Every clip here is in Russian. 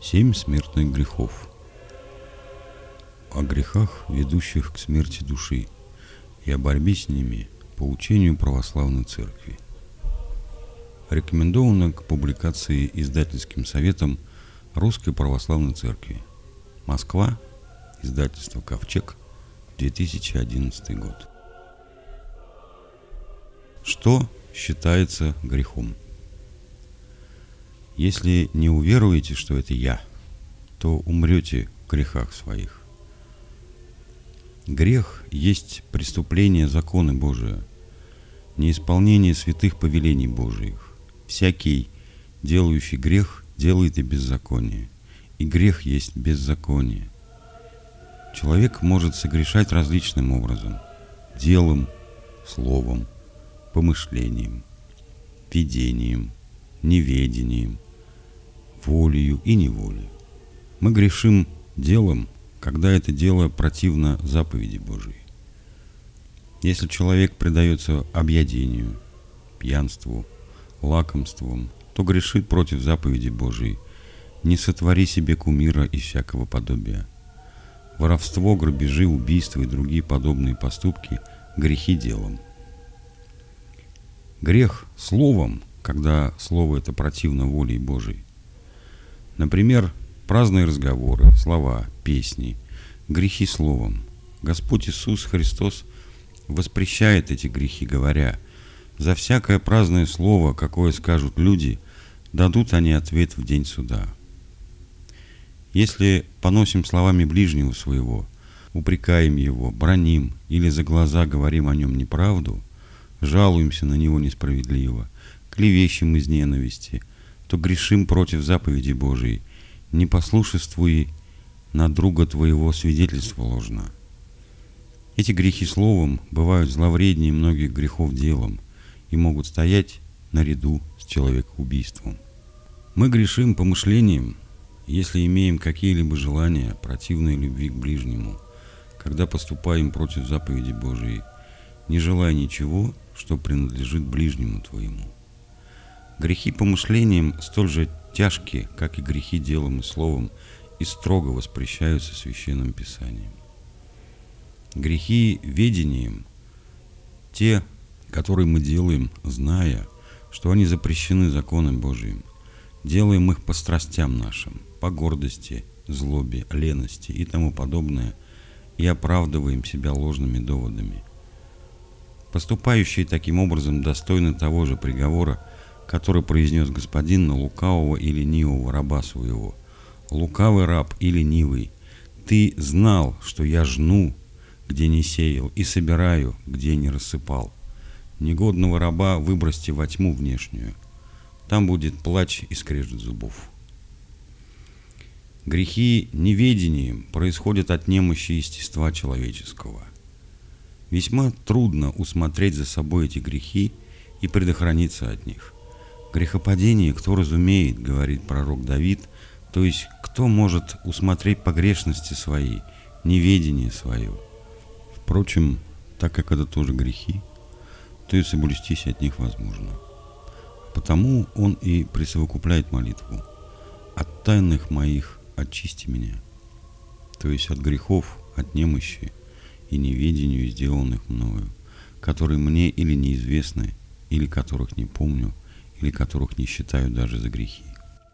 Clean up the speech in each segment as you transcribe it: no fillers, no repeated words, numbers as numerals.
7 смертных грехов. О грехах, ведущих к смерти души, и о борьбе с ними по учению православной церкви. Рекомендовано к публикации издательским советом Русской православной церкви. Москва, издательство «Ковчег», 2011 год. Что считается грехом? Если не уверуете, что это я, то умрете в грехах своих. Грех есть преступление закона Божия, неисполнение святых повелений Божиих. Всякий, делающий грех, делает и беззаконие, и грех есть беззаконие. Человек может согрешать различным образом: делом, словом, помышлением, видением, неведением, волею и неволею. Мы грешим делом, когда это дело противно заповеди Божией. Если человек предается объедению, пьянству, лакомствам, то грешит против заповеди Божией: не сотвори себе кумира и всякого подобия. Воровство, грабежи, убийства и другие подобные поступки – грехи делом. Грех словом, когда слово это противно воле Божией. Например, праздные разговоры, слова, песни, грехи словом. Господь Иисус Христос воспрещает эти грехи, говоря: «За всякое праздное слово, какое скажут люди, дадут они ответ в день суда». Если поносим словами ближнего своего, упрекаем его, браним или за глаза говорим о нем неправду, жалуемся на него несправедливо, клевещем из ненависти, то грешим против заповеди Божией: не послушествуй на друга твоего свидетельства ложно. Эти грехи словом бывают зловреднее многих грехов делом и могут стоять наряду с человекоубийством. Мы грешим помышлением, если имеем какие-либо желания, противные любви к ближнему, когда поступаем против заповеди Божией: не желай ничего, что принадлежит ближнему твоему. Грехи помышлением столь же тяжкие, как и грехи делом и словом, и строго воспрещаются Священным Писанием. Грехи ведением – те, которые мы делаем, зная, что они запрещены законом Божиим. Делаем их по страстям нашим, по гордости, злобе, лености и тому подобное, и оправдываем себя ложными доводами. Поступающие таким образом достойны того же приговора, который произнес Господин на лукавого и ленивого раба своего: «Лукавый раб и ленивый, ты знал, что я жну, где не сеял, и собираю, где не рассыпал. Негодного раба выбросьте во тьму внешнюю, там будет плач и скрежет зубов». Грехи неведением происходят от немощи естества человеческого. Весьма трудно усмотреть за собой эти грехи и предохраниться от них. Грехопадение кто разумеет, говорит пророк Давид, то есть кто может усмотреть погрешности свои, неведение свое. Впрочем, так как это тоже грехи, то и соблюстись от них возможно. Потому он и присовокупляет молитву: «От тайных моих очисти меня», то есть от грехов, от немощи и неведению, сделанных мною, которые мне или неизвестны, или которых не помню, или которых не считаю даже за грехи.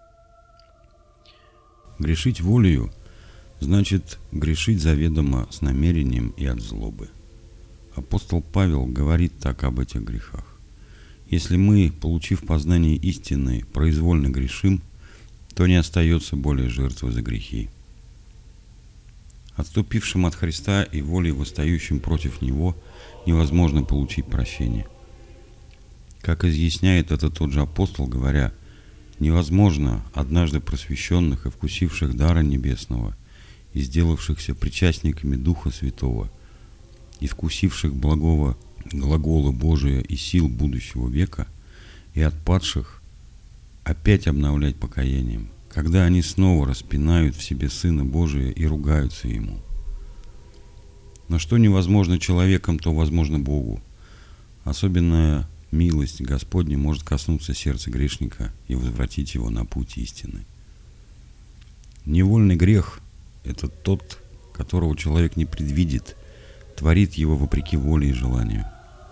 Грешить волею значит грешить заведомо с намерением и от злобы. Апостол Павел говорит так об этих грехах: если мы, получив познание истины, произвольно грешим, то не остается более жертвы за грехи. Отступившим от Христа и волей восстающим против Него невозможно получить прощение. Как изъясняет это тот же апостол, говоря: невозможно однажды просвещенных и вкусивших дара небесного, и сделавшихся причастниками Духа Святого, и вкусивших благого глагола Божия и сил будущего века, и отпадших опять обновлять покаянием, когда они снова распинают в себе Сына Божия и ругаются Ему. Но что невозможно человеком, то возможно Богу. Особенная милость Господня может коснуться сердца грешника и возвратить его на путь истины. Невольный грех – это тот, которого человек не предвидит, творит его вопреки воле и желанию.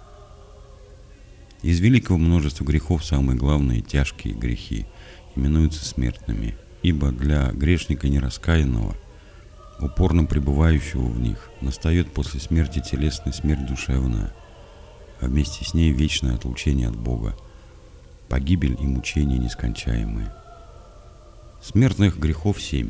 Из великого множества грехов самые главные тяжкие грехи именуются смертными, ибо для грешника нераскаянного, упорно пребывающего в них, настает после смерти телесная смерть душевная, а вместе с ней вечное отлучение от Бога, погибель и мучения нескончаемые. Смертных грехов 7.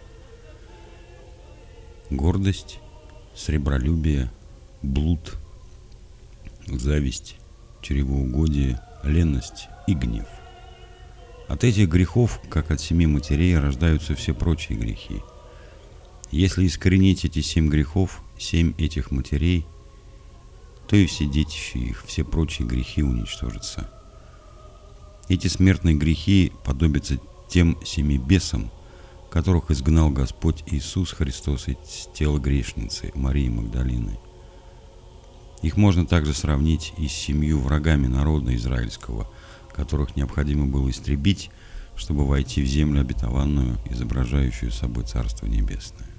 Гордость, сребролюбие, блуд, зависть, чревоугодие, ленность и гнев. От этих грехов, как от 7 матерей, рождаются все прочие грехи. Если искоренить эти 7 грехов, 7 этих матерей, то и все детища их, все прочие грехи уничтожатся. Эти смертные грехи подобятся тем 7 бесам, которых изгнал Господь Иисус Христос из тела грешницы Марии Магдалины. Их можно также сравнить и с 7 врагами народа израильского, которых необходимо было истребить, чтобы войти в землю обетованную, изображающую собой Царство Небесное.